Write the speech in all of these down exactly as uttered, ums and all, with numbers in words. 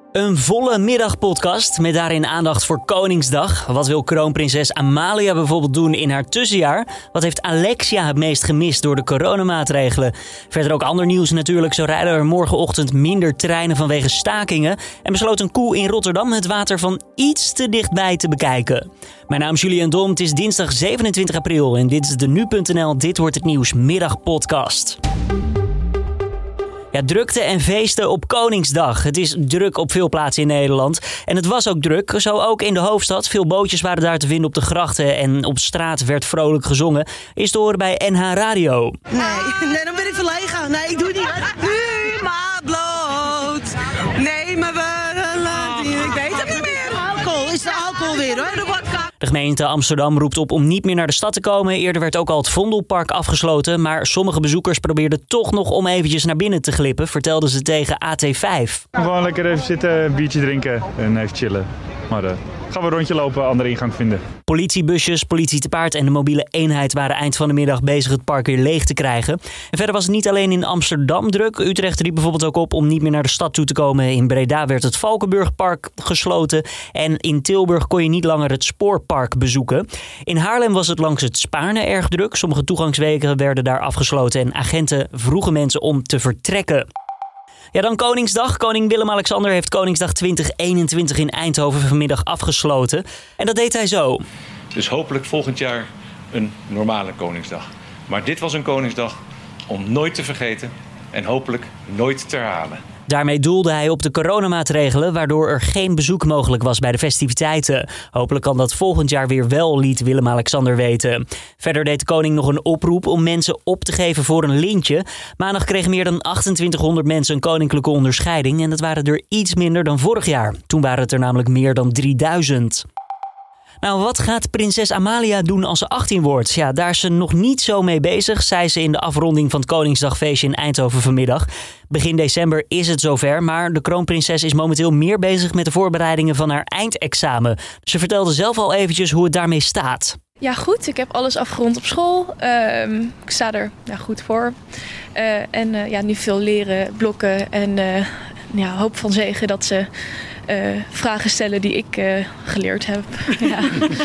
Een volle middagpodcast met daarin aandacht voor Koningsdag. Wat wil kroonprinses Amalia bijvoorbeeld doen in haar tussenjaar? Wat heeft Alexia het meest gemist door de coronamaatregelen? Verder ook ander nieuws natuurlijk. Zo rijden er morgenochtend minder treinen vanwege stakingen. En besloot een koe in Rotterdam het water van iets te dichtbij te bekijken. Mijn naam is Julian Dom. Het is dinsdag zevenentwintig april en dit is de nu punt n l Dit wordt het nieuws middagpodcast. Ja, drukte en feesten op Koningsdag. Het is druk op veel plaatsen in Nederland. En het was ook druk, zo ook in de hoofdstad. Veel bootjes waren daar te vinden op de grachten en op straat werd vrolijk gezongen. Is te horen bij N H Radio. Nee, nee, dan ben ik verlegen. Nee, ik doe het niet. U maat bloot. Nee, maar we... Ik weet het niet meer. Alcohol, is de alcohol weer hoor. De vodka. De gemeente Amsterdam roept op om niet meer naar de stad te komen. Eerder werd ook al het Vondelpark afgesloten. Maar sommige bezoekers probeerden toch nog om eventjes naar binnen te glippen, vertelden ze tegen A T vijf. Gewoon lekker even zitten, een biertje drinken en even chillen. Maar uh, gaan we een rondje lopen, andere ingang vinden. Politiebusjes, politie te paard en de mobiele eenheid waren eind van de middag bezig het park weer leeg te krijgen. En verder was het niet alleen in Amsterdam druk. Utrecht riep bijvoorbeeld ook op om niet meer naar de stad toe te komen. In Breda werd het Valkenburgpark gesloten. En in Tilburg kon je niet langer het Spoorpark bezoeken. In Haarlem was het langs het Spaarne erg druk. Sommige toegangswegen werden daar afgesloten en agenten vroegen mensen om te vertrekken. Ja, dan Koningsdag. Koning Willem-Alexander heeft Koningsdag twintig eenentwintig in Eindhoven vanmiddag afgesloten. En dat deed hij zo. Dus hopelijk volgend jaar een normale Koningsdag. Maar dit was een Koningsdag om nooit te vergeten en hopelijk nooit te herhalen. Daarmee doelde hij op de coronamaatregelen, waardoor er geen bezoek mogelijk was bij de festiviteiten. Hopelijk kan dat volgend jaar weer wel, liet Willem-Alexander weten. Verder deed de koning nog een oproep om mensen op te geven voor een lintje. Maandag kregen meer dan achtentwintighonderd mensen een koninklijke onderscheiding en dat waren er iets minder dan vorig jaar. Toen waren het er namelijk meer dan drieduizend. Nou, wat gaat prinses Amalia doen als ze achttien wordt? Ja, daar is ze nog niet zo mee bezig, zei ze in de afronding van het Koningsdagfeestje in Eindhoven vanmiddag. Begin december is het zover, maar de kroonprinses is momenteel meer bezig met de voorbereidingen van haar eindexamen. Ze vertelde zelf al eventjes hoe het daarmee staat. Ja, goed. Ik heb alles afgerond op school. Uh, ik sta er ja, goed voor. Uh, en uh, ja, nu veel leren, blokken en uh, ja, hoop van zegen dat ze Uh, vragen stellen die ik uh, geleerd heb. Ja.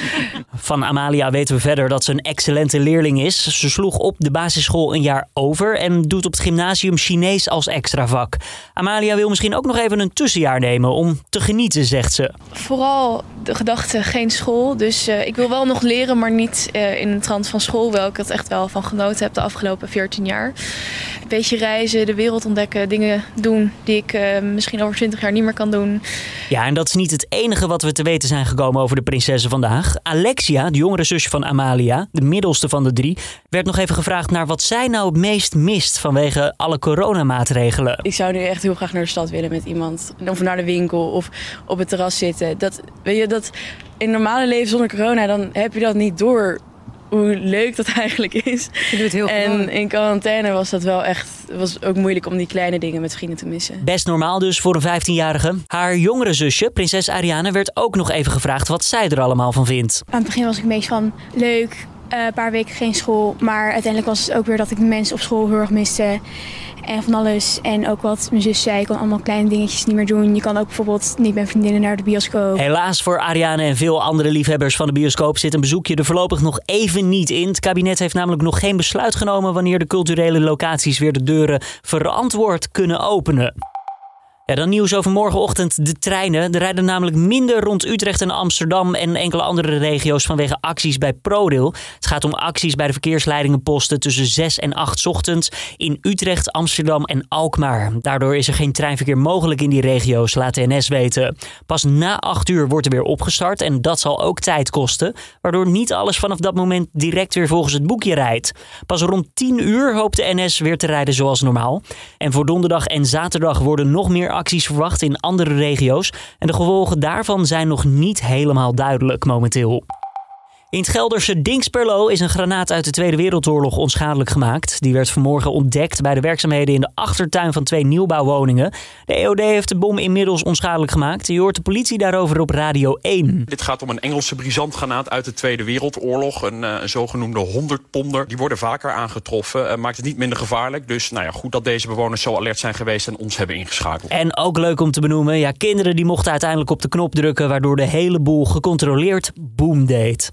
Van Amalia weten we verder dat ze een excellente leerling is. Ze sloeg op de basisschool een jaar over en doet op het gymnasium Chinees als extra vak. Amalia wil misschien ook nog even een tussenjaar nemen om te genieten, zegt ze. Vooral de gedachte geen school. Dus uh, ik wil wel nog leren, maar niet uh, in de trant van school. Wel ik het echt wel van genoten heb de afgelopen veertien jaar. Een beetje reizen, de wereld ontdekken, dingen doen die ik uh, misschien over twintig jaar niet meer kan doen. Ja, en dat is niet het enige wat we te weten zijn gekomen over de prinsessen vandaag. Alexia, de jongere zusje van Amalia, de middelste van de drie, werd nog even gevraagd naar wat zij nou het meest mist vanwege alle coronamaatregelen. Ik zou nu echt heel graag naar de stad willen met iemand. Of naar de winkel of op het terras zitten. Dat, weet je, dat in normale leven zonder corona, dan heb je dat niet door hoe leuk dat eigenlijk is. Je doet het heel en gewoon. In quarantaine was dat wel echt, was ook moeilijk om die kleine dingen met vrienden te missen. Best normaal dus voor een vijftienjarige. Haar jongere zusje, prinses Ariane, werd ook nog even gevraagd wat zij er allemaal van vindt. Aan het begin was ik meest van leuk, een uh, paar weken geen school. Maar uiteindelijk was het ook weer dat ik de mensen op school heel erg miste. En van alles. En ook wat mijn zus zei, je kan allemaal kleine dingetjes niet meer doen. Je kan ook bijvoorbeeld niet met vriendinnen naar de bioscoop. Helaas voor Ariane en veel andere liefhebbers van de bioscoop zit een bezoekje er voorlopig nog even niet in. Het kabinet heeft namelijk nog geen besluit genomen wanneer de culturele locaties weer de deuren verantwoord kunnen openen. Ja, dan nieuws over morgenochtend de treinen. Er rijden namelijk minder rond Utrecht en Amsterdam en enkele andere regio's vanwege acties bij ProRail. Het gaat om acties bij de verkeersleidingenposten tussen zes en acht ochtends in Utrecht, Amsterdam en Alkmaar. Daardoor is er geen treinverkeer mogelijk in die regio's, laat de N S weten. Pas na acht uur wordt er weer opgestart en dat zal ook tijd kosten, waardoor niet alles vanaf dat moment direct weer volgens het boekje rijdt. Pas rond tien uur hoopt de N S weer te rijden zoals normaal. En voor donderdag en zaterdag worden nog meer acties verwacht in andere regio's. En de gevolgen daarvan zijn nog niet helemaal duidelijk momenteel. In het Gelderse Dinxperlo is een granaat uit de Tweede Wereldoorlog onschadelijk gemaakt. Die werd vanmorgen ontdekt bij de werkzaamheden in de achtertuin van twee nieuwbouwwoningen. De E O D heeft de bom inmiddels onschadelijk gemaakt. Je hoort de politie daarover op Radio één. Dit gaat om een Engelse brisantgranaat uit de Tweede Wereldoorlog. Een, uh, een zogenoemde honderd-ponder. Die worden vaker aangetroffen. Uh, maakt het niet minder gevaarlijk. Dus nou ja, goed dat deze bewoners zo alert zijn geweest en ons hebben ingeschakeld. En ook leuk om te benoemen, ja, kinderen die mochten uiteindelijk op de knop drukken, waardoor de hele boel gecontroleerd boom deed.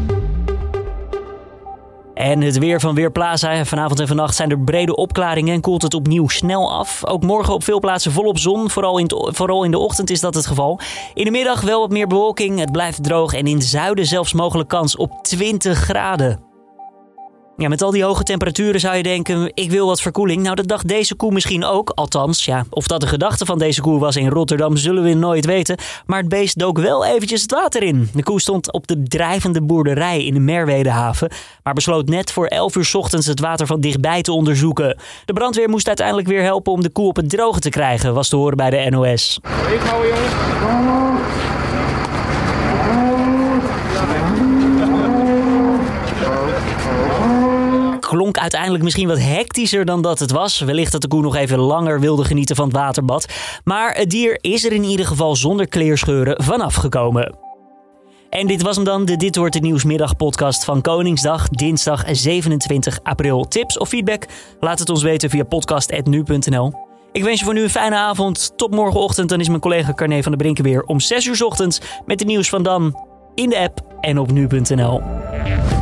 En het weer van Weerplaza. Vanavond en vannacht zijn er brede opklaringen en koelt het opnieuw snel af. Ook morgen op veel plaatsen volop zon. Vooral in, het, vooral in de ochtend is dat het geval. In de middag wel wat meer bewolking. Het blijft droog en in het zuiden zelfs mogelijk kans op twintig graden. Ja, met al die hoge temperaturen zou je denken, ik wil wat verkoeling. Nou, dat dacht deze koe misschien ook. Althans, ja, of dat de gedachte van deze koe was in Rotterdam, zullen we nooit weten. Maar het beest dook wel eventjes het water in. De koe stond op de drijvende boerderij in de Merwedehaven, maar besloot net voor elf uur 's ochtends het water van dichtbij te onderzoeken. De brandweer moest uiteindelijk weer helpen om de koe op het droge te krijgen, was te horen bij de N O S. Ik hou jongens. Klonk uiteindelijk misschien wat hectischer dan dat het was. Wellicht dat de koe nog even langer wilde genieten van het waterbad. Maar het dier is er in ieder geval zonder kleerscheuren vanaf gekomen. En dit was hem dan, de Dit Wordt Het Nieuws middagpodcast van Koningsdag, dinsdag zevenentwintig april. Tips of feedback? Laat het ons weten via podcast punt nu punt n l. Ik wens je voor nu een fijne avond. Tot morgenochtend, dan is mijn collega Carné van der Brinken weer om zes uur 's ochtends met de nieuws van dan in de app en op nu punt n l.